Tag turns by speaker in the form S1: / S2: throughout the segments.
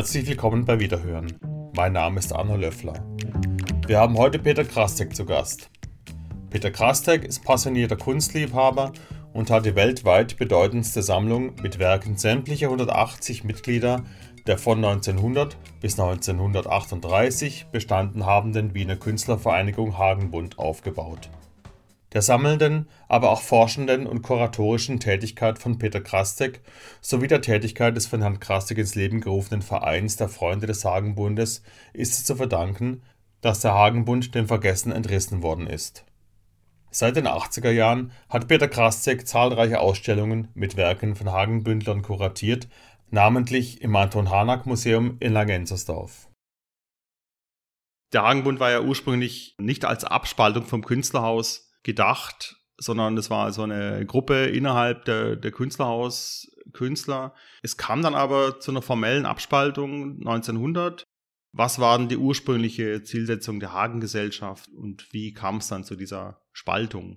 S1: Herzlich willkommen bei Wiederhören. Mein Name ist Arno Löffler. Wir haben heute Peter Krastek zu Gast. Peter Krastek ist passionierter Kunstliebhaber und hat die weltweit bedeutendste Sammlung mit Werken sämtlicher 180 Mitglieder der von 1900 bis 1938 bestanden habenden Wiener Künstlervereinigung Hagenbund aufgebaut. Der sammelnden, aber auch forschenden und kuratorischen Tätigkeit von Peter Krastek sowie der Tätigkeit des von Herrn Krastek ins Leben gerufenen Vereins der Freunde des Hagenbundes ist es zu verdanken, dass der Hagenbund dem Vergessen entrissen worden ist. Seit den 80er Jahren hat Peter Krastek zahlreiche Ausstellungen mit Werken von Hagenbündlern kuratiert, namentlich im Anton-Harnack-Museum in Langenzersdorf. Der Hagenbund war ja ursprünglich nicht als Abspaltung vom Künstlerhaus gedacht, sondern es war so eine Gruppe innerhalb der Künstlerhaus-Künstler. Es kam dann aber zu einer formellen Abspaltung 1900. Was war denn die ursprüngliche Zielsetzung der Hagen-Gesellschaft und wie kam es dann zu dieser Spaltung?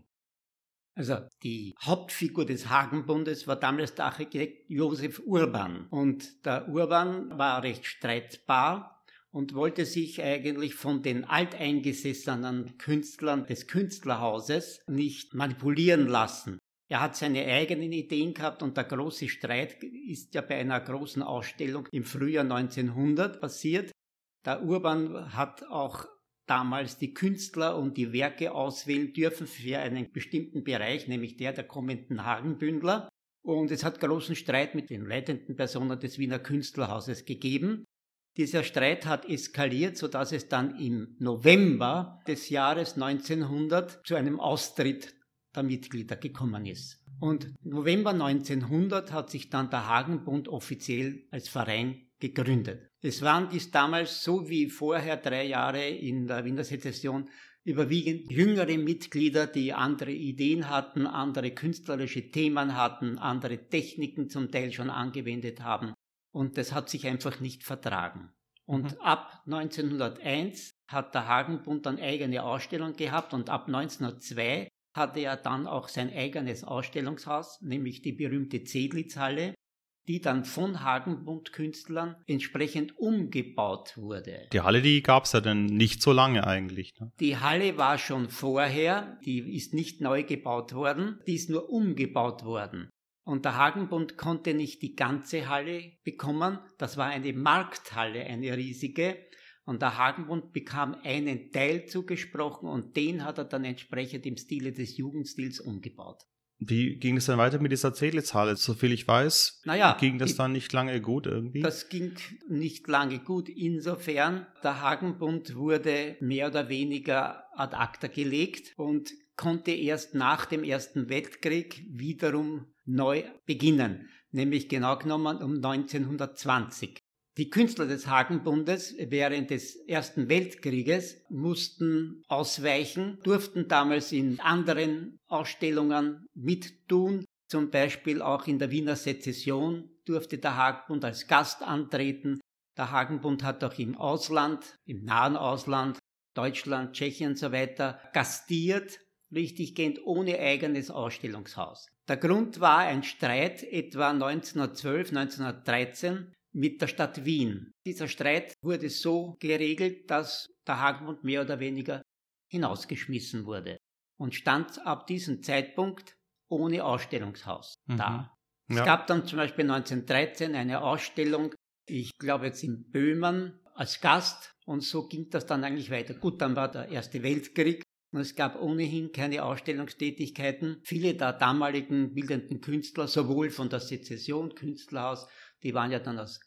S2: Also die Hauptfigur des Hagenbundes war damals der Architekt Josef Urban. Und der Urban war recht streitbar und wollte sich eigentlich von den alteingesessenen Künstlern des Künstlerhauses nicht manipulieren lassen. Er hat seine eigenen Ideen gehabt und der große Streit ist ja bei einer großen Ausstellung im Frühjahr 1900 passiert. Der Urban hat auch damals die Künstler und die Werke auswählen dürfen für einen bestimmten Bereich, nämlich der kommenden Hagenbündler. Und es hat großen Streit mit den leitenden Personen des Wiener Künstlerhauses gegeben. Dieser Streit hat eskaliert, sodass es dann im November des Jahres 1900 zu einem Austritt der Mitglieder gekommen ist. Und November 1900 hat sich dann der Hagenbund offiziell als Verein gegründet. Es waren dies damals, so wie vorher 3 Jahre in der Wiener Sezession, überwiegend jüngere Mitglieder, die andere Ideen hatten, andere künstlerische Themen hatten, andere Techniken zum Teil schon angewendet haben. Und das hat sich einfach nicht vertragen. Und ab 1901 hat der Hagenbund dann eigene Ausstellung gehabt und ab 1902 hatte er dann auch sein eigenes Ausstellungshaus, nämlich die berühmte Zedlitzhalle, die dann von Hagenbund-Künstlern entsprechend umgebaut wurde.
S1: Die Halle, die gab es ja dann nicht so lange eigentlich, ne?
S2: Die Halle war schon vorher, die ist nicht neu gebaut worden, die ist nur umgebaut worden. Und der Hagenbund konnte nicht die ganze Halle bekommen, das war eine Markthalle, eine riesige. Und der Hagenbund bekam einen Teil zugesprochen und den hat er dann entsprechend im Stile des Jugendstils umgebaut.
S1: Wie ging es dann weiter mit dieser Zedlitzhalle? Soviel ich weiß, ging das dann nicht lange gut irgendwie?
S2: Das ging nicht lange gut. Insofern, der Hagenbund wurde mehr oder weniger ad acta gelegt und konnte erst nach dem Ersten Weltkrieg wiederum neu beginnen, nämlich genau genommen um 1920. Die Künstler des Hagenbundes während des Ersten Weltkrieges mussten ausweichen, durften damals in anderen Ausstellungen mittun, zum Beispiel auch in der Wiener Sezession durfte der Hagenbund als Gast antreten. Der Hagenbund hat auch im Ausland, im nahen Ausland, Deutschland, Tschechien und so weiter, gastiert, richtiggehend ohne eigenes Ausstellungshaus. Der Grund war ein Streit etwa 1912, 1913 mit der Stadt Wien. Dieser Streit wurde so geregelt, dass der Hagenbund mehr oder weniger hinausgeschmissen wurde und stand ab diesem Zeitpunkt ohne Ausstellungshaus da. Es gab dann zum Beispiel 1913 eine Ausstellung, ich glaube jetzt in Böhmen, als Gast und so ging das dann eigentlich weiter. Gut, dann war der Erste Weltkrieg und es gab ohnehin keine Ausstellungstätigkeiten. Viele der damaligen bildenden Künstler, sowohl von der Sezession, Künstlerhaus, die waren ja dann als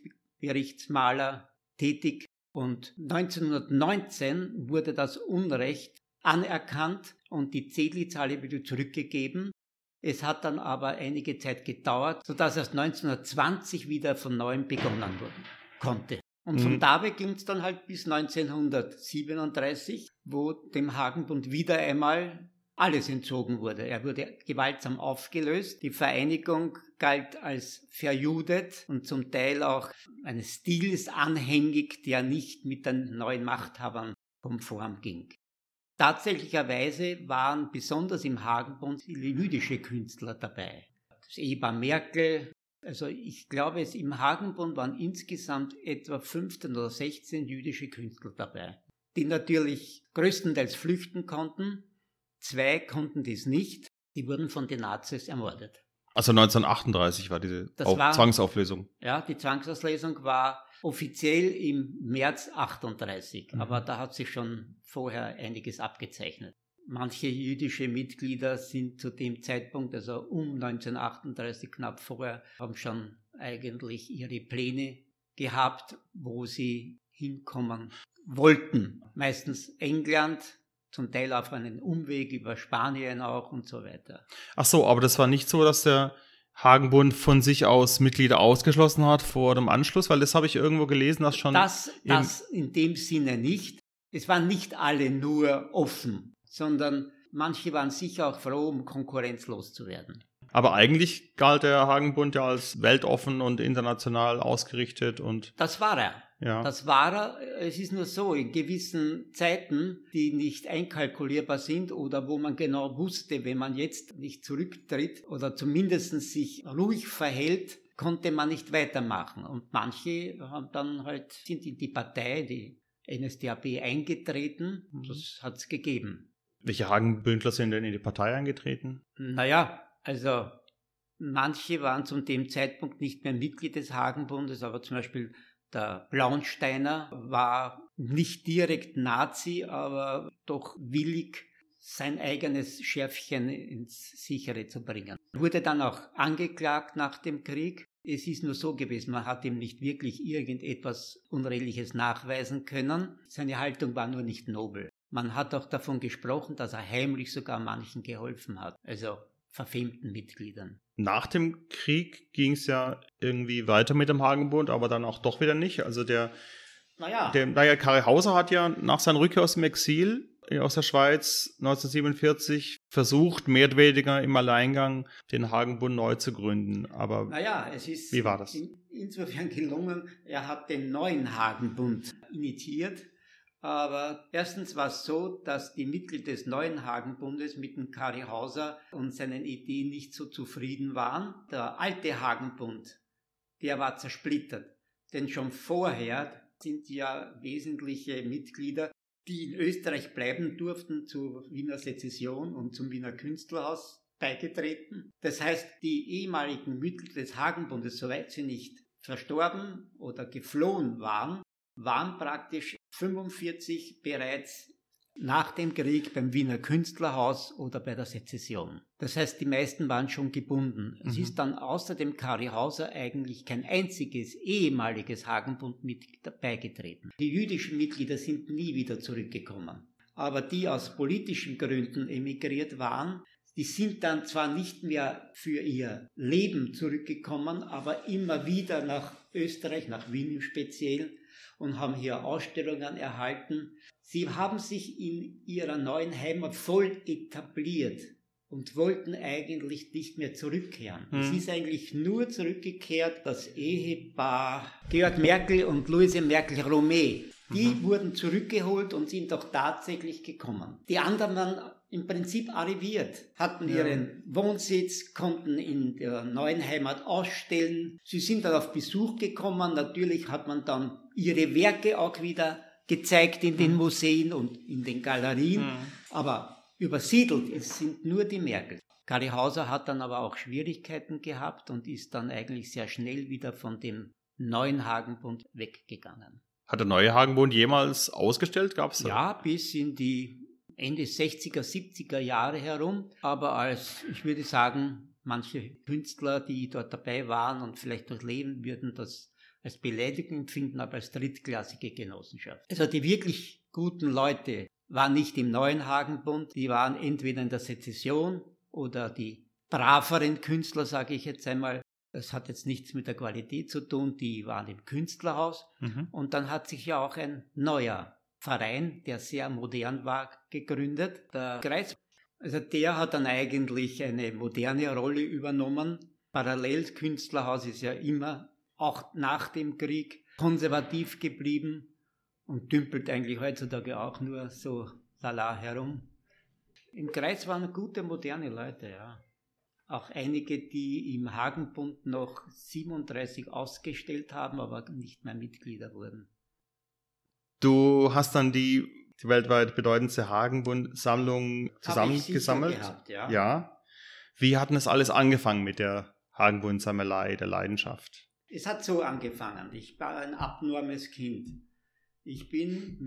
S2: Kriegsberichtsmaler tätig. Und 1919 wurde das Unrecht anerkannt und die Zedlitzhalle wieder zurückgegeben. Es hat dann aber einige Zeit gedauert, sodass erst 1920 wieder von neuem begonnen werden konnte. Und von da weg ging es dann halt bis 1937, wo dem Hagenbund wieder einmal alles entzogen wurde. Er wurde gewaltsam aufgelöst. Die Vereinigung galt als verjudet und zum Teil auch eines Stils anhängig, der nicht mit den neuen Machthabern konform ging. Tatsächlicherweise waren besonders im Hagenbund viele jüdische Künstler dabei. Das Ehepaar Merkel, Also ich glaube, im Hagenbund waren insgesamt etwa 15 oder 16 jüdische Künstler dabei, die natürlich größtenteils flüchten konnten. 2 konnten dies nicht, die wurden von den Nazis ermordet.
S1: Also 1938 war diese Zwangsauflösung.
S2: Ja, die Zwangsauslösung war offiziell im März 38, aber da hat sich schon vorher einiges abgezeichnet. Manche jüdische Mitglieder sind zu dem Zeitpunkt, also um 1938, knapp vorher, haben schon eigentlich ihre Pläne gehabt, wo sie hinkommen wollten. Meistens England, zum Teil auf einen Umweg über Spanien auch und so weiter.
S1: Ach so, aber das war nicht so, dass der Hagenbund von sich aus Mitglieder ausgeschlossen hat vor dem Anschluss? Weil das habe ich irgendwo gelesen, dass schon...
S2: Das in dem Sinne nicht. Es waren nicht alle nur offen, sondern manche waren sicher auch froh, um konkurrenzlos zu werden.
S1: Aber eigentlich galt der Hagenbund ja als weltoffen und international ausgerichtet und...
S2: Das war er.
S1: Ja.
S2: Das war er. Es ist nur so, in gewissen Zeiten, die nicht einkalkulierbar sind oder wo man genau wusste, wenn man jetzt nicht zurücktritt oder zumindest sich ruhig verhält, konnte man nicht weitermachen. Und manche haben dann sind in die Partei, die NSDAP, eingetreten. Das hat es gegeben.
S1: Welche Hagenbündler sind denn in die Partei eingetreten?
S2: Naja, also manche waren zu dem Zeitpunkt nicht mehr Mitglied des Hagenbundes, aber zum Beispiel der Blaunsteiner war nicht direkt Nazi, aber doch willig, sein eigenes Schärfchen ins Sichere zu bringen. Wurde dann auch angeklagt nach dem Krieg. Es ist nur so gewesen, man hat ihm nicht wirklich irgendetwas Unredliches nachweisen können. Seine Haltung war nur nicht nobel. Man hat auch davon gesprochen, dass er heimlich sogar manchen geholfen hat, also verfemten Mitgliedern.
S1: Nach dem Krieg ging es ja irgendwie weiter mit dem Hagenbund, aber dann auch doch wieder nicht. Also Kari Hauser hat ja nach seiner Rückkehr aus dem Exil aus der Schweiz 1947 versucht, mehr oder weniger im Alleingang den Hagenbund neu zu gründen. Aber wie war das?
S2: Insofern gelungen, er hat den neuen Hagenbund initiiert. Aber erstens war es so, dass die Mitglieder des neuen Hagenbundes mit dem Kari Hauser und seinen Ideen nicht so zufrieden waren. Der alte Hagenbund, der war zersplittert. Denn schon vorher sind ja wesentliche Mitglieder, die in Österreich bleiben durften, zur Wiener Sezession und zum Wiener Künstlerhaus beigetreten. Das heißt, die ehemaligen Mitglieder des Hagenbundes, soweit sie nicht verstorben oder geflohen waren praktisch 45 bereits nach dem Krieg beim Wiener Künstlerhaus oder bei der Sezession. Das heißt, die meisten waren schon gebunden. Es ist dann außer dem Kari Hauser eigentlich kein einziges ehemaliges Hagenbund-Mitglied beigetreten. Die jüdischen Mitglieder sind nie wieder zurückgekommen. Aber die aus politischen Gründen emigriert waren, die sind dann zwar nicht mehr für ihr Leben zurückgekommen, aber immer wieder nach Österreich, nach Wien im Speziellen, und haben hier Ausstellungen erhalten. Sie haben sich in ihrer neuen Heimat voll etabliert und wollten eigentlich nicht mehr zurückkehren. Es ist eigentlich nur zurückgekehrt, das Ehepaar Georg Merkel und Luise Merkel-Romé. Die wurden zurückgeholt und sind auch tatsächlich gekommen. Die anderen waren im Prinzip arriviert, hatten ihren Wohnsitz, konnten in der neuen Heimat ausstellen. Sie sind dann auf Besuch gekommen. Natürlich hat man dann ihre Werke auch wieder gezeigt in den Museen und in den Galerien. Aber übersiedelt sind nur die Merkel. Kari Hauser hat dann aber auch Schwierigkeiten gehabt und ist dann eigentlich sehr schnell wieder von dem neuen Hagenbund weggegangen.
S1: Hat der neue Hagenbund jemals ausgestellt? Gab's da?
S2: Ja, bis in die Ende 60er, 70er Jahre herum. Aber ich würde sagen, manche Künstler, die dort dabei waren und vielleicht dort leben, würden das als Beleidigung empfinden, aber als drittklassige Genossenschaft. Also die wirklich guten Leute waren nicht im neuen Hagenbund, die waren entweder in der Sezession oder die braveren Künstler, sage ich jetzt einmal. Das hat jetzt nichts mit der Qualität zu tun, die waren im Künstlerhaus. Und dann hat sich ja auch ein neuer Verein, der sehr modern war, gegründet, der Kreis. Also der hat dann eigentlich eine moderne Rolle übernommen. Parallel Künstlerhaus ist ja immer, auch nach dem Krieg, konservativ geblieben und dümpelt eigentlich heutzutage auch nur so lala herum. Im Kreis waren gute, moderne Leute, ja. auch einige, die im Hagenbund noch 37 ausgestellt haben, aber nicht mehr Mitglieder wurden.
S1: Du hast dann die weltweit bedeutendste Hagenbund-Sammlung zusammengesammelt.
S2: Habe ich sicher gehabt, ja.
S1: Ja. Wie hat denn das alles angefangen mit der Hagenbund-Sammelei, der Leidenschaft?
S2: Es hat so angefangen. Ich war ein abnormes Kind. Ich bin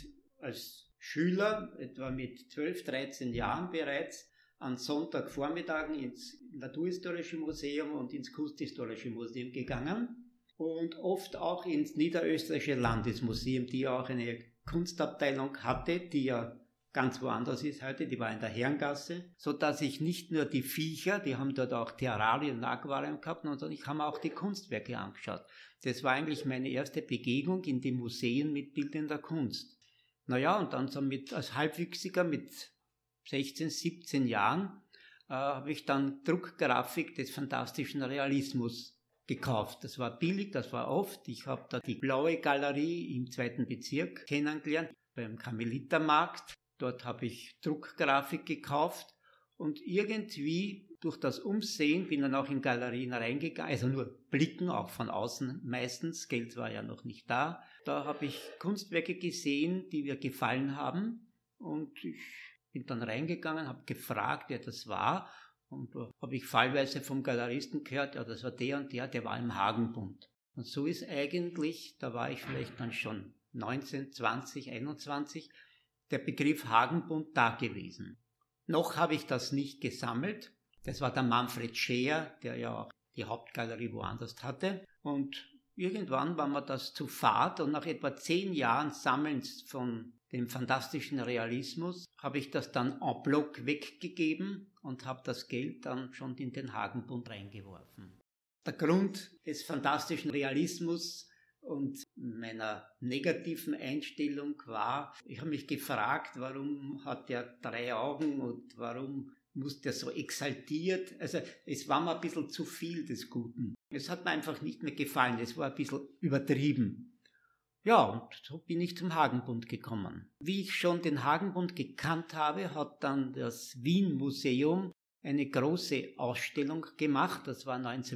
S2: als Schüler, etwa mit 12, 13 Jahren bereits, an Sonntagvormittagen ins Naturhistorische Museum und ins Kunsthistorische Museum gegangen und oft auch ins Niederösterreichische Landesmuseum, die auch eine Kunstabteilung hatte, die ja ganz woanders ist heute, die war in der Herrengasse, sodass ich nicht nur die Viecher, die haben dort auch Terrarien und Aquarien gehabt, sondern ich habe mir auch die Kunstwerke angeschaut. Das war eigentlich meine erste Begegnung in den Museen mit bildender Kunst. Naja, und dann so als Halbwüchsiger mit 16, 17 Jahren habe ich dann Druckgrafik des fantastischen Realismus gekauft. Das war billig, das war oft. Ich habe da die Blaue Galerie im 2. Bezirk kennengelernt, beim Karmelitermarkt. Dort habe ich Druckgrafik gekauft und irgendwie durch das Umsehen bin dann auch in Galerien reingegangen, also nur blicken, auch von außen meistens, Geld war ja noch nicht da. Da habe ich Kunstwerke gesehen, die mir gefallen haben und ich bin dann reingegangen, habe gefragt, wer das war und da habe ich fallweise vom Galeristen gehört, ja, das war der und der war im Hagenbund. Und so ist eigentlich, da war ich vielleicht dann schon 19, 20, 21, der Begriff Hagenbund da gewesen. Noch habe ich das nicht gesammelt. Das war der Manfred Scheer, der ja auch die Hauptgalerie woanders hatte. Und irgendwann war mir das zu fad und nach etwa 10 Jahren Sammelns von dem fantastischen Realismus habe ich das dann en bloc weggegeben und habe das Geld dann schon in den Hagenbund reingeworfen. Der Grund des fantastischen Realismus und meiner negativen Einstellung war, ich habe mich gefragt, warum hat der 3 Augen und warum muss der so exaltiert? Also es war mir ein bisschen zu viel des Guten. Es hat mir einfach nicht mehr gefallen, es war ein bisschen übertrieben. Ja, und so bin ich zum Hagenbund gekommen. Wie ich schon den Hagenbund gekannt habe, hat dann das Wien-Museum eine große Ausstellung gemacht, das war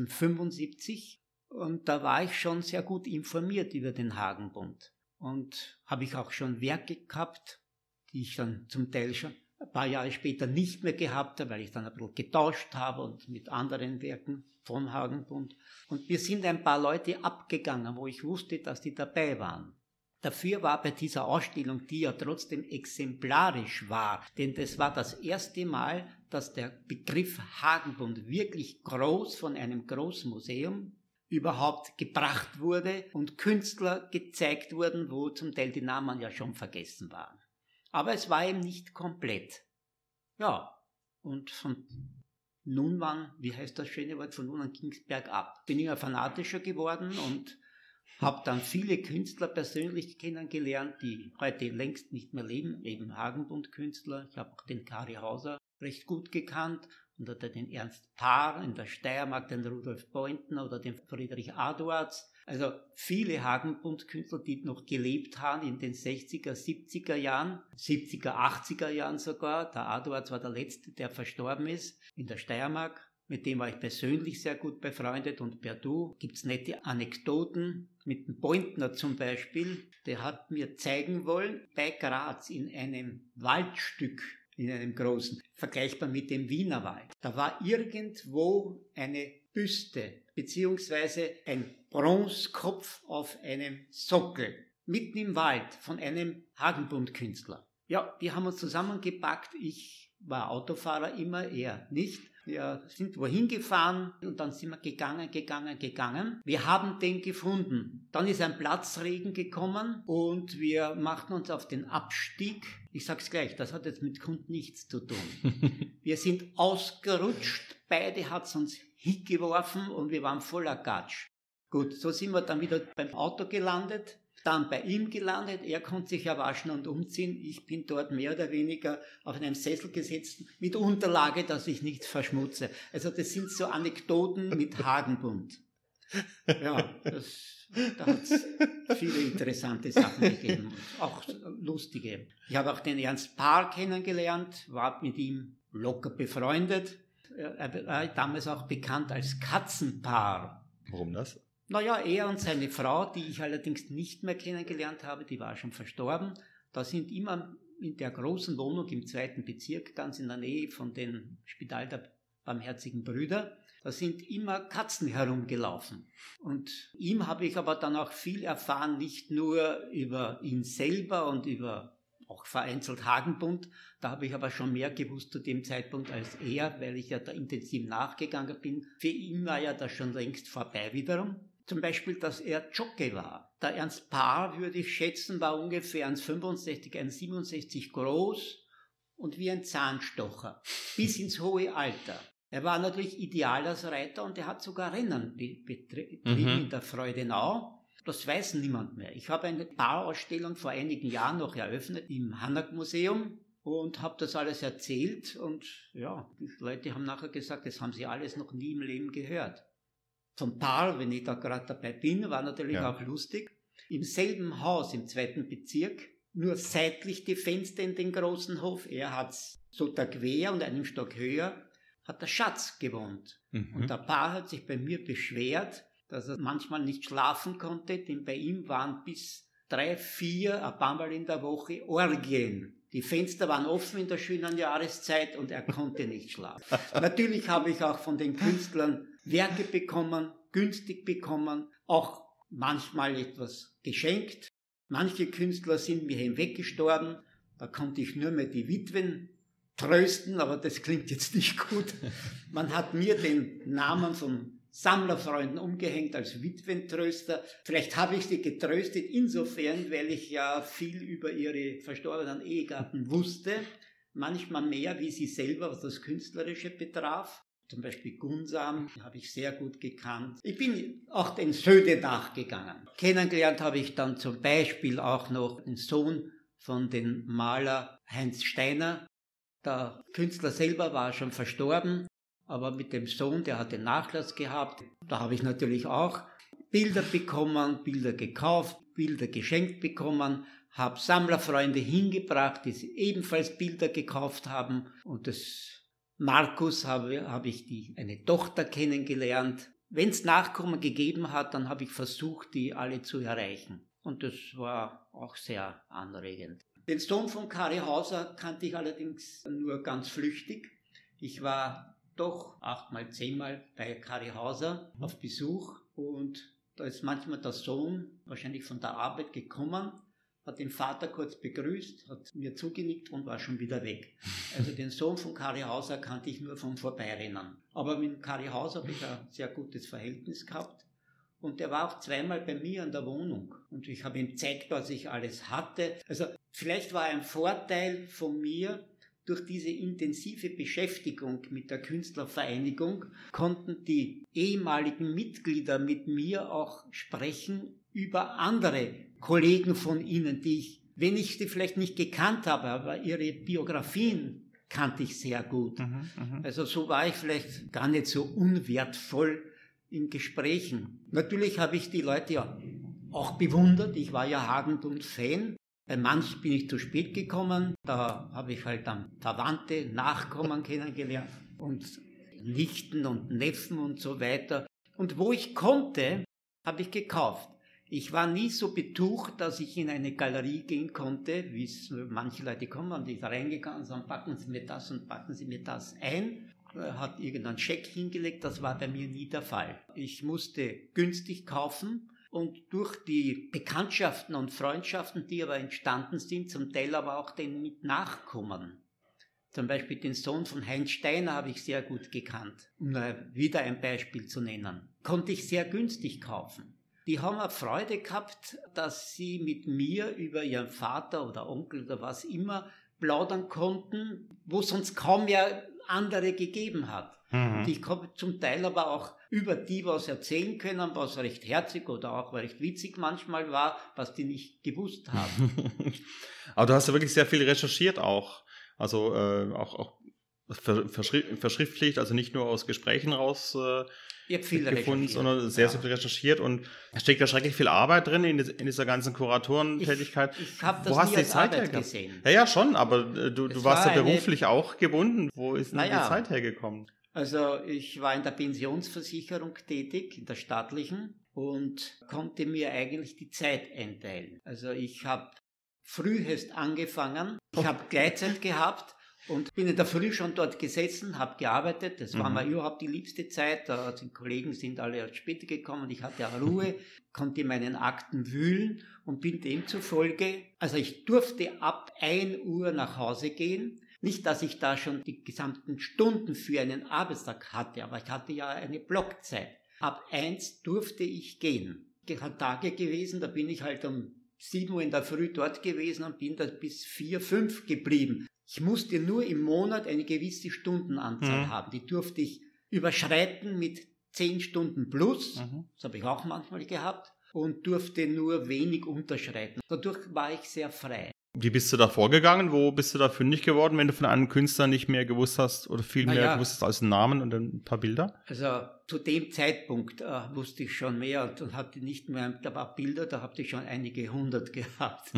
S2: 1975. Und da war ich schon sehr gut informiert über den Hagenbund. Und habe ich auch schon Werke gehabt, die ich dann zum Teil schon ein paar Jahre später nicht mehr gehabt habe, weil ich dann ein bisschen getauscht habe und mit anderen Werken vom Hagenbund. Und mir sind ein paar Leute abgegangen, wo ich wusste, dass die dabei waren. Dafür war bei dieser Ausstellung, die ja trotzdem exemplarisch war, denn das war das erste Mal, dass der Begriff Hagenbund wirklich groß von einem Großmuseum überhaupt gebracht wurde und Künstler gezeigt wurden, wo zum Teil die Namen ja schon vergessen waren. Aber es war eben nicht komplett. Ja, und von nun an, wie heißt das schöne Wort, von nun an ging es bergab. Bin ich ein Fanatischer geworden und habe dann viele Künstler persönlich kennengelernt, die heute längst nicht mehr leben, eben Hagenbund-Künstler. Ich habe auch den Kari Hauser recht gut gekannt und oder den Ernst Paar in der Steiermark, den Rudolf Beutner oder den Friedrich Aduarz. Also viele Hagenbund-Künstler, die noch gelebt haben in den 60er, 70er Jahren, 70er, 80er Jahren sogar. Der Aduarz war der Letzte, der verstorben ist in der Steiermark. Mit dem war ich persönlich sehr gut befreundet und per Du gibt's nette Anekdoten. Mit dem Beutner zum Beispiel, der hat mir zeigen wollen, bei Graz in einem Waldstück, in einem großen, vergleichbar mit dem Wienerwald. Da war irgendwo eine Büste, beziehungsweise ein Bronzekopf auf einem Sockel, mitten im Wald von einem Hagenbund-Künstler. Ja, wir haben uns zusammengepackt, ich war Autofahrer immer, er nicht. Wir sind wohin gefahren und dann sind wir gegangen. Wir haben den gefunden. Dann ist ein Platzregen gekommen und wir machten uns auf den Abstieg. Ich sag's gleich, das hat jetzt mit Kunden nichts zu tun. Wir sind ausgerutscht, beide hat's uns hingeworfen und wir waren voller Gatsch. Gut, so sind wir dann wieder beim Auto gelandet. Dann bei ihm gelandet, er konnte sich ja waschen und umziehen. Ich bin dort mehr oder weniger auf einem Sessel gesetzt mit Unterlage, dass ich nichts verschmutze. Also das sind so Anekdoten mit Hagenbund. Ja, da hat es viele interessante Sachen gegeben, auch lustige. Ich habe auch den Ernst Paar kennengelernt, war mit ihm locker befreundet. er war damals auch bekannt als Katzenpaar.
S1: Warum das?
S2: Naja, er und seine Frau, die ich allerdings nicht mehr kennengelernt habe, die war schon verstorben, da sind immer in der großen Wohnung im 2. Bezirk, ganz in der Nähe von dem Spital der Barmherzigen Brüder, da sind immer Katzen herumgelaufen. Und ihm habe ich aber dann auch viel erfahren, nicht nur über ihn selber und über auch vereinzelt Hagenbund. Da habe ich aber schon mehr gewusst zu dem Zeitpunkt als er, weil ich ja da intensiv nachgegangen bin. Für ihn war ja das schon längst vorbei wiederum. Zum Beispiel, dass er Jockey war. Der Ernst Paar, würde ich schätzen, war ungefähr 1,65, 1,67 groß und wie ein Zahnstocher, bis ins hohe Alter. Er war natürlich ideal als Reiter und er hat sogar Rennen betrieben in der Freudenau. Das weiß niemand mehr. Ich habe eine Paarausstellung vor einigen Jahren noch eröffnet im Hanak-Museum und habe das alles erzählt. Und ja, die Leute haben nachher gesagt, das haben sie alles noch nie im Leben gehört. Vom Paar, wenn ich da gerade dabei bin, war natürlich auch lustig. Im selben Haus im 2. Bezirk, nur seitlich die Fenster in den großen Hof. Er hat so da quer und einen Stock höher, hat der Schatz gewohnt. Und der Paar hat sich bei mir beschwert, dass er manchmal nicht schlafen konnte, denn bei ihm waren bis 3, 4, ein paar Mal in der Woche Orgien. Die Fenster waren offen in der schönen Jahreszeit und er konnte nicht schlafen. Natürlich habe ich auch von den Künstlern Werke bekommen, günstig bekommen, auch manchmal etwas geschenkt. Manche Künstler sind mir hinweggestorben, da konnte ich nur mehr die Witwen trösten, aber das klingt jetzt nicht gut. Man hat mir den Namen von Sammlerfreunden umgehängt als Witwentröster. Vielleicht habe ich sie getröstet insofern, weil ich ja viel über ihre verstorbenen Ehegatten wusste, manchmal mehr wie sie selber, was das Künstlerische betraf. Zum Beispiel Gunsam habe ich sehr gut gekannt. Ich bin auch den Söhne nachgegangen. Kennengelernt habe ich dann zum Beispiel auch noch den Sohn von dem Maler Heinz Steiner. Der Künstler selber war schon verstorben, aber mit dem Sohn, der hat den Nachlass gehabt. Da habe ich natürlich auch Bilder bekommen, Bilder gekauft, Bilder geschenkt bekommen, habe Sammlerfreunde hingebracht, die ebenfalls Bilder gekauft haben. Und das Markus habe ich eine Tochter kennengelernt. Wenn es Nachkommen gegeben hat, dann habe ich versucht, die alle zu erreichen. Und das war auch sehr anregend. Den Sohn von Kari Hauser kannte ich allerdings nur ganz flüchtig. Ich war doch 8-mal, 10-mal bei Kari Hauser auf Besuch und da ist manchmal der Sohn wahrscheinlich von der Arbeit gekommen, hat den Vater kurz begrüßt, hat mir zugenickt und war schon wieder weg. Also den Sohn von Kari Hauser kannte ich nur vom Vorbeirennen. Aber mit Kari Hauser habe ich ein sehr gutes Verhältnis gehabt. Und der war auch 2-mal bei mir in der Wohnung. Und ich habe ihm gezeigt, was ich alles hatte. Also vielleicht war ein Vorteil von mir, durch diese intensive Beschäftigung mit der Künstlervereinigung konnten die ehemaligen Mitglieder mit mir auch sprechen über andere Kollegen von ihnen, die ich, wenn ich sie vielleicht nicht gekannt habe, aber ihre Biografien kannte ich sehr gut. Also so war ich vielleicht gar nicht so unwertvoll in Gesprächen. Natürlich habe ich die Leute ja auch bewundert. Ich war ja Hagenbund-Fan. Bei manchen bin ich zu spät gekommen. Da habe ich halt dann Verwandte, Nachkommen kennengelernt und Nichten und Neffen und so weiter. Und wo ich konnte, habe ich gekauft. Ich war nie so betucht, dass ich in eine Galerie gehen konnte, wie es manche Leute kommen, und ich da reingegangen und sagen, packen Sie mir das und packen Sie mir das ein. Hat irgendeinen Scheck hingelegt, das war bei mir nie der Fall. Ich musste günstig kaufen und durch die Bekanntschaften und Freundschaften, die aber entstanden sind, zum Teil aber auch den mit Nachkommen. Zum Beispiel den Sohn von Heinz Steiner habe ich sehr gut gekannt, um wieder ein Beispiel zu nennen. Konnte ich sehr günstig kaufen. Die haben eine Freude gehabt, dass sie mit mir über ihren Vater oder Onkel oder was immer plaudern konnten, wo sonst kaum mehr andere gegeben hat. Und ich habe zum Teil aber auch über die was erzählen können, was recht herzig oder auch recht witzig manchmal war, was die nicht gewusst haben.
S1: Aber du hast ja wirklich sehr viel recherchiert auch. Also auch verschriftlicht, also nicht nur aus Gesprächen raus gefunden, sondern sehr viel recherchiert und es steckt ja schrecklich viel Arbeit drin in dieser ganzen Kuratorentätigkeit.
S2: Ich habe das
S1: Wo hast
S2: nie
S1: du die
S2: als
S1: Zeit
S2: Arbeit gesehen.
S1: Ja, schon, aber du warst ja beruflich auch gebunden. Wo ist denn die Zeit hergekommen?
S2: Also ich war in der Pensionsversicherung tätig, in der staatlichen, und konnte mir eigentlich die Zeit einteilen. Also ich habe frühest angefangen, ich habe Gleitzeit gehabt und bin in der Früh schon dort gesessen, habe gearbeitet. Das war mir überhaupt die liebste Zeit. Die Kollegen sind alle erst später gekommen. Ich hatte auch Ruhe, konnte in meinen Akten wühlen und bin demzufolge, also ich durfte ab 1 Uhr nach Hause gehen. Nicht, dass ich da schon die gesamten Stunden für einen Arbeitstag hatte, aber ich hatte ja eine Blockzeit. Ab 1 durfte ich gehen. Es hat Tage gewesen, da bin ich halt um 7 Uhr in der Früh dort gewesen und bin da bis 4, 5 geblieben. Ich musste nur im Monat eine gewisse Stundenanzahl haben. Die durfte ich überschreiten mit 10 Stunden plus. Das habe ich auch manchmal gehabt. Und durfte nur wenig unterschreiten. Dadurch war ich sehr frei.
S1: Wie bist du da vorgegangen? Wo bist du da fündig geworden, wenn du von einem Künstler nicht mehr gewusst hast oder viel mehr gewusst hast als einen Namen und ein paar Bilder?
S2: Also zu dem Zeitpunkt wusste ich schon mehr und hatte nicht mehr ein paar Bilder, da hatte ich schon einige 100 gehabt.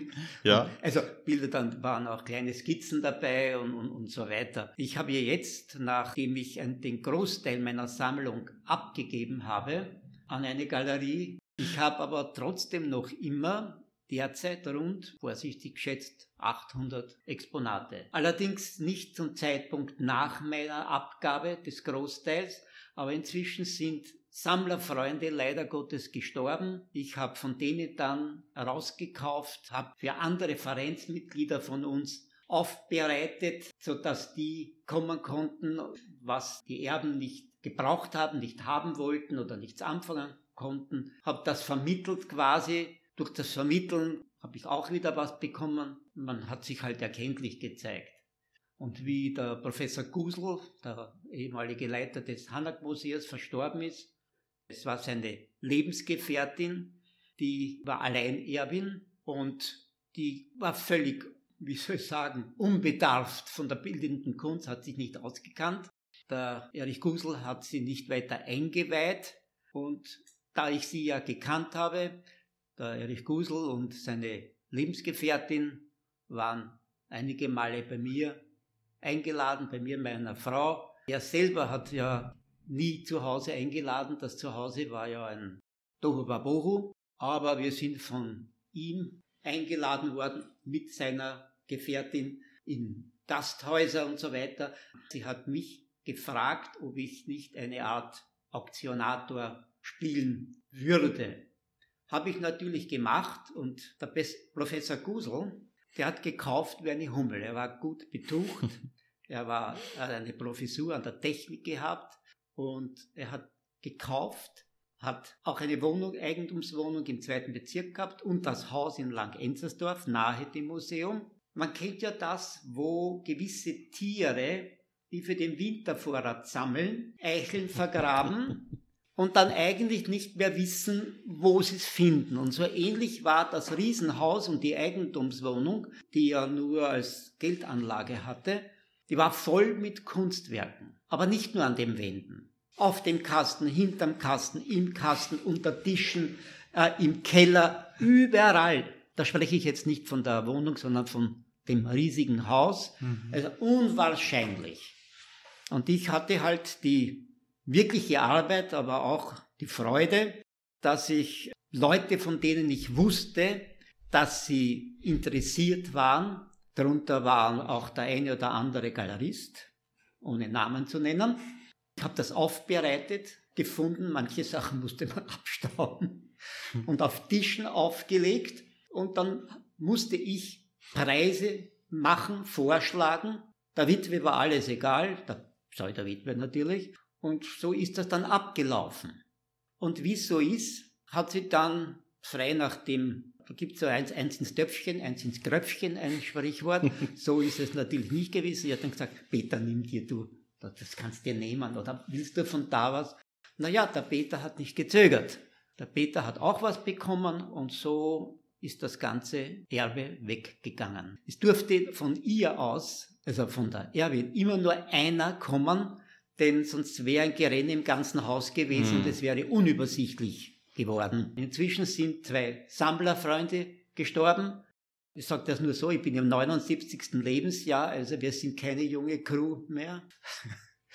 S1: Ja.
S2: Also Bilder, dann waren auch kleine Skizzen dabei und so weiter. Ich habe jetzt, nachdem ich den Großteil meiner Sammlung abgegeben habe, an eine Galerie, ich habe aber trotzdem noch immer derzeit rund, vorsichtig geschätzt, 800 Exponate. Allerdings nicht zum Zeitpunkt nach meiner Abgabe des Großteils, aber inzwischen sind Sammlerfreunde leider Gottes gestorben. Ich habe von denen dann rausgekauft, habe für andere Vereinsmitglieder von uns aufbereitet, sodass die kommen konnten, was die Erben nicht gebraucht haben, nicht haben wollten oder nichts anfangen konnten. Habe das vermittelt quasi. Durch das Vermitteln habe ich auch wieder was bekommen. Man hat sich halt erkenntlich gezeigt. Und wie der Professor Gusl, der ehemalige Leiter des Hanak-Museums, verstorben ist, es war seine Lebensgefährtin, die war Alleinerbin und die war völlig, wie soll ich sagen, unbedarft von der bildenden Kunst, hat sich nicht ausgekannt. Der Erich Gusl hat sie nicht weiter eingeweiht und da ich sie ja gekannt habe, der Erich Gusl und seine Lebensgefährtin waren einige Male bei mir eingeladen, bei mir, meiner Frau. Er selber hat ja nie zu Hause eingeladen. Das Zuhause war ja ein Tohuwabohu. Aber wir sind von ihm eingeladen worden mit seiner Gefährtin in Gasthäuser und so weiter. Sie hat mich gefragt, ob ich nicht eine Art Auktionator spielen würde. Habe ich natürlich gemacht und der Professor Gusl, der hat gekauft wie eine Hummel. Er war gut betucht, er hat eine Professur an der Technik gehabt und er hat gekauft, hat auch eine Wohnung, Eigentumswohnung im 2. Bezirk gehabt und das Haus in Lang-Enzersdorf, nahe dem Museum. Man kennt ja das, wo gewisse Tiere, die für den Wintervorrat sammeln, Eicheln vergraben und dann eigentlich nicht mehr wissen, wo sie es finden. Und so ähnlich war das Riesenhaus und die Eigentumswohnung, die er nur als Geldanlage hatte, die war voll mit Kunstwerken. Aber nicht nur an den Wänden. Auf dem Kasten, hinterm Kasten, im Kasten, unter Tischen, im Keller, überall. Da spreche ich jetzt nicht von der Wohnung, sondern von dem riesigen Haus. Also unwahrscheinlich. Und ich hatte halt die wirkliche Arbeit, aber auch die Freude, dass ich Leute, von denen ich wusste, dass sie interessiert waren, darunter war auch der eine oder andere Galerist, ohne Namen zu nennen. Ich habe das aufbereitet, gefunden, manche Sachen musste man abstauben und auf Tischen aufgelegt und dann musste ich Preise machen, vorschlagen. Der Witwe war alles egal, der Pseudo-Witwe natürlich. Und so ist das dann abgelaufen. Und wie es so ist, hat sie dann frei nach dem, da gibt es so eins ins Töpfchen, eins ins Kröpfchen, ein Sprichwort. So ist es natürlich nicht gewesen. Sie hat dann gesagt, Peter, nimm dir du, das kannst du dir nehmen. Oder willst du von da was? Naja, der Peter hat nicht gezögert. Der Peter hat auch was bekommen und so ist das ganze Erbe weggegangen. Es durfte von ihr aus, also von der Erwin, immer nur einer kommen, denn sonst wäre ein Gerenne im ganzen Haus gewesen und es wäre unübersichtlich geworden. Inzwischen sind 2 Sammlerfreunde gestorben. Ich sage das nur so, ich bin im 79. Lebensjahr, also wir sind keine junge Crew mehr.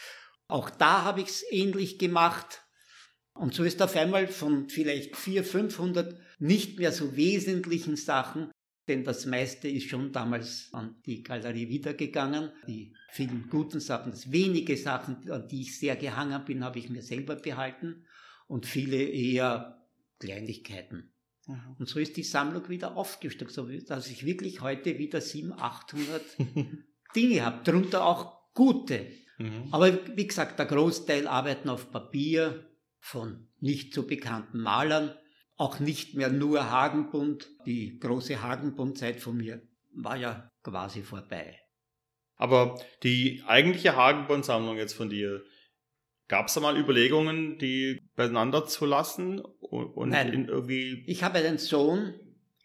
S2: Auch da habe ich es ähnlich gemacht. Und so ist auf einmal von vielleicht 400, 500 nicht mehr so wesentlichen Sachen, denn das meiste ist schon damals an die Galerie wiedergegangen. Die vielen guten Sachen, das wenige Sachen, an die ich sehr gehangen bin, habe ich mir selber behalten und viele eher Kleinigkeiten. Mhm. Und so ist die Sammlung wieder aufgestockt, so dass ich wirklich heute wieder 700, 800 Dinge habe, darunter auch gute. Mhm. Aber wie gesagt, der Großteil arbeiten auf Papier von nicht so bekannten Malern, auch nicht mehr nur Hagenbund. Die große Hagenbund-Zeit von mir war ja quasi vorbei.
S1: Aber die eigentliche Hagenbund-Sammlung jetzt von dir, gab es da mal Überlegungen, die beieinander zu lassen? Und
S2: Nein, irgendwie... Ich habe einen Sohn,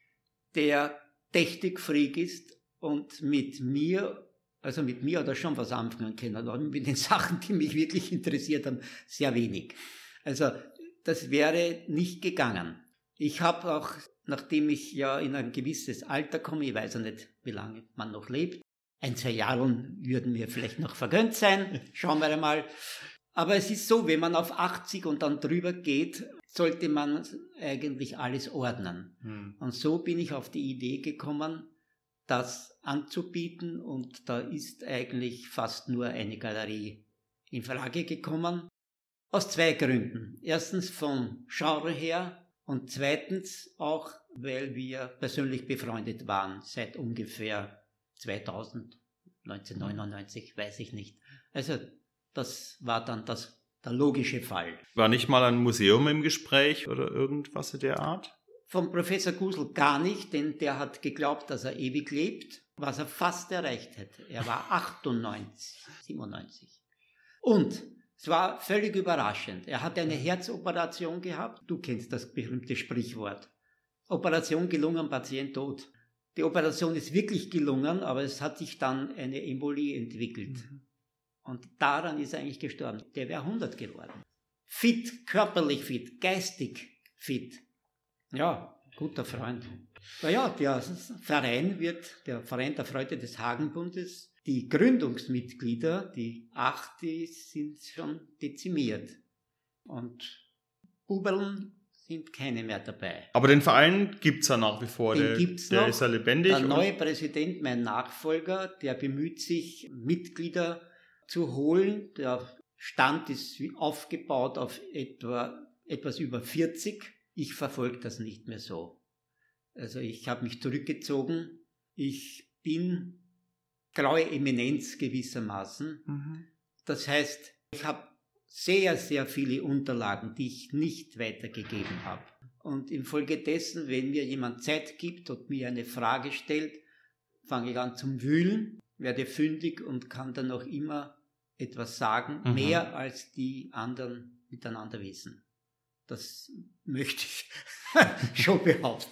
S2: der Technikfreak ist und mit mir hat er schon was anfangen können, aber mit den Sachen, die mich wirklich interessiert haben, sehr wenig. Also das wäre nicht gegangen. Ich habe auch, nachdem ich ja in ein gewisses Alter komme, ich weiß ja nicht, wie lange man noch lebt, 1, 2 Jahre würden mir vielleicht noch vergönnt sein, schauen wir einmal. Aber es ist so, wenn man auf 80 und dann drüber geht, sollte man eigentlich alles ordnen. Und so bin ich auf die Idee gekommen, das anzubieten, und da ist eigentlich fast nur eine Galerie in Frage gekommen. Aus 2 Gründen. Erstens vom Genre her und zweitens auch, weil wir persönlich befreundet waren seit ungefähr 2000, 1999, weiß ich nicht. Also das war dann der logische Fall.
S1: War nicht mal ein Museum im Gespräch oder irgendwas in der Art?
S2: Vom Professor Gusel gar nicht, denn der hat geglaubt, dass er ewig lebt, was er fast erreicht hätte. Er war 98, 97. Und es war völlig überraschend. Er hatte eine Herzoperation gehabt. Du kennst das berühmte Sprichwort. Operation gelungen, Patient tot. Die Operation ist wirklich gelungen, aber es hat sich dann eine Embolie entwickelt. Und daran ist er eigentlich gestorben. Der wäre 100 geworden. Fit, körperlich fit, geistig fit. Ja, guter Freund. Naja, der Verein der Verein der Freude des Hagenbundes, die Gründungsmitglieder, die 8, die sind schon dezimiert. Und Buberln sind keine mehr dabei.
S1: Aber den Verein gibt es ja nach wie vor.
S2: Den gibt's noch.
S1: Der ist ja lebendig.
S2: Der neue Präsident, mein Nachfolger, der bemüht sich, Mitglieder zu holen. Der Stand ist aufgebaut auf etwas über 40. Ich verfolge das nicht mehr so. Also ich habe mich zurückgezogen. Ich bin graue Eminenz gewissermaßen. Das heißt, ich habe sehr, sehr viele Unterlagen, die ich nicht weitergegeben habe. Und infolgedessen, wenn mir jemand Zeit gibt und mir eine Frage stellt, fange ich an zum Wühlen, werde fündig und kann dann noch immer etwas sagen, mehr als die anderen miteinander wissen. Das möchte ich schon behaupten.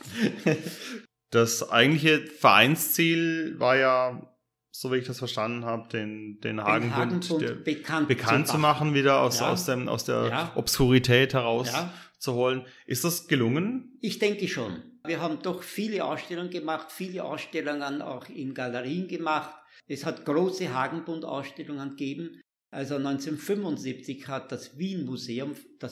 S1: Das eigentliche Vereinsziel war ja, so wie ich das verstanden habe, den Hagenbund bekannt zu machen, wieder aus der Obskurität herauszuholen. Ist das gelungen?
S2: Ich denke schon. Wir haben doch viele Ausstellungen gemacht, viele Ausstellungen auch in Galerien gemacht. Es hat große Hagenbund-Ausstellungen gegeben. Also 1975 hat das Wien-Museum,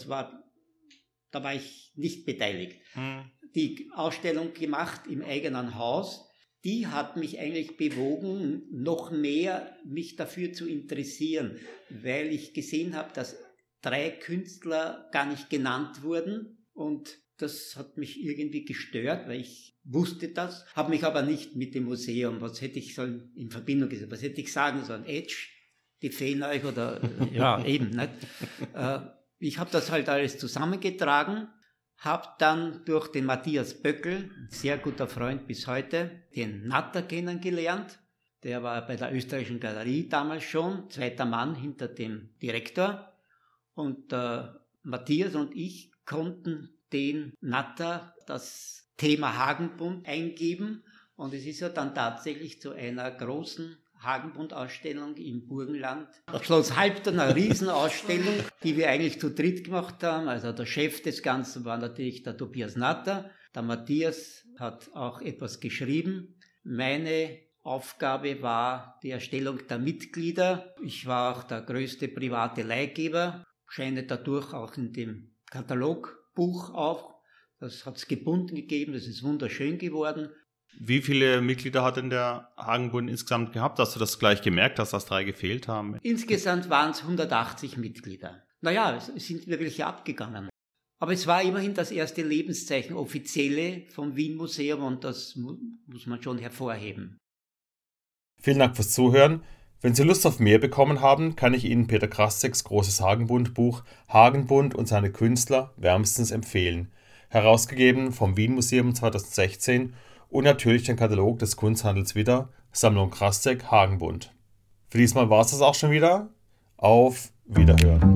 S2: da war ich nicht beteiligt, die Ausstellung gemacht im eigenen Haus. Die hat mich eigentlich bewogen, noch mehr mich dafür zu interessieren, weil ich gesehen habe, dass 3 Künstler gar nicht genannt wurden, und das hat mich irgendwie gestört, weil ich wusste das, habe mich aber nicht mit dem Museum, was hätte ich in Verbindung gesetzt, was hätte ich sagen sollen, Edge, die fehlen euch oder, ja eben, nicht? Ich habe das halt alles zusammengetragen, habe dann durch den Matthias Böckel, ein sehr guter Freund bis heute, den Natter kennengelernt. Der war bei der Österreichischen Galerie damals schon, 2. Mann hinter dem Direktor. Und Matthias und ich konnten den Natter das Thema Hagenbund eingeben. Und es ist ja dann tatsächlich zu einer großen Hagenbund-Ausstellung im Burgenland. Schloss Halbton, eine Riesenausstellung, die wir eigentlich zu dritt gemacht haben. Also der Chef des Ganzen war natürlich der Tobias Natter. Der Matthias hat auch etwas geschrieben. Meine Aufgabe war die Erstellung der Mitglieder. Ich war auch der größte private Leihgeber, scheine dadurch auch in dem Katalogbuch auf. Das hat es gebunden gegeben, das ist wunderschön geworden.
S1: Wie viele Mitglieder hat denn der Hagenbund insgesamt gehabt? Hast du das gleich gemerkt, dass das 3 gefehlt haben?
S2: Insgesamt waren es 180 Mitglieder. Naja, es sind wirklich abgegangen. Aber es war immerhin das erste Lebenszeichen, offizielle vom Wien-Museum, und das muss man schon hervorheben.
S1: Vielen Dank fürs Zuhören. Wenn Sie Lust auf mehr bekommen haben, kann ich Ihnen Peter Krastegs großes Hagenbund-Buch Hagenbund und seine Künstler wärmstens empfehlen. Herausgegeben vom Wien-Museum 2016 und natürlich den Katalog des Kunsthandels wieder, Sammlung Krasteg Hagenbund. Für diesmal war es das auch schon wieder. Auf Wiederhören.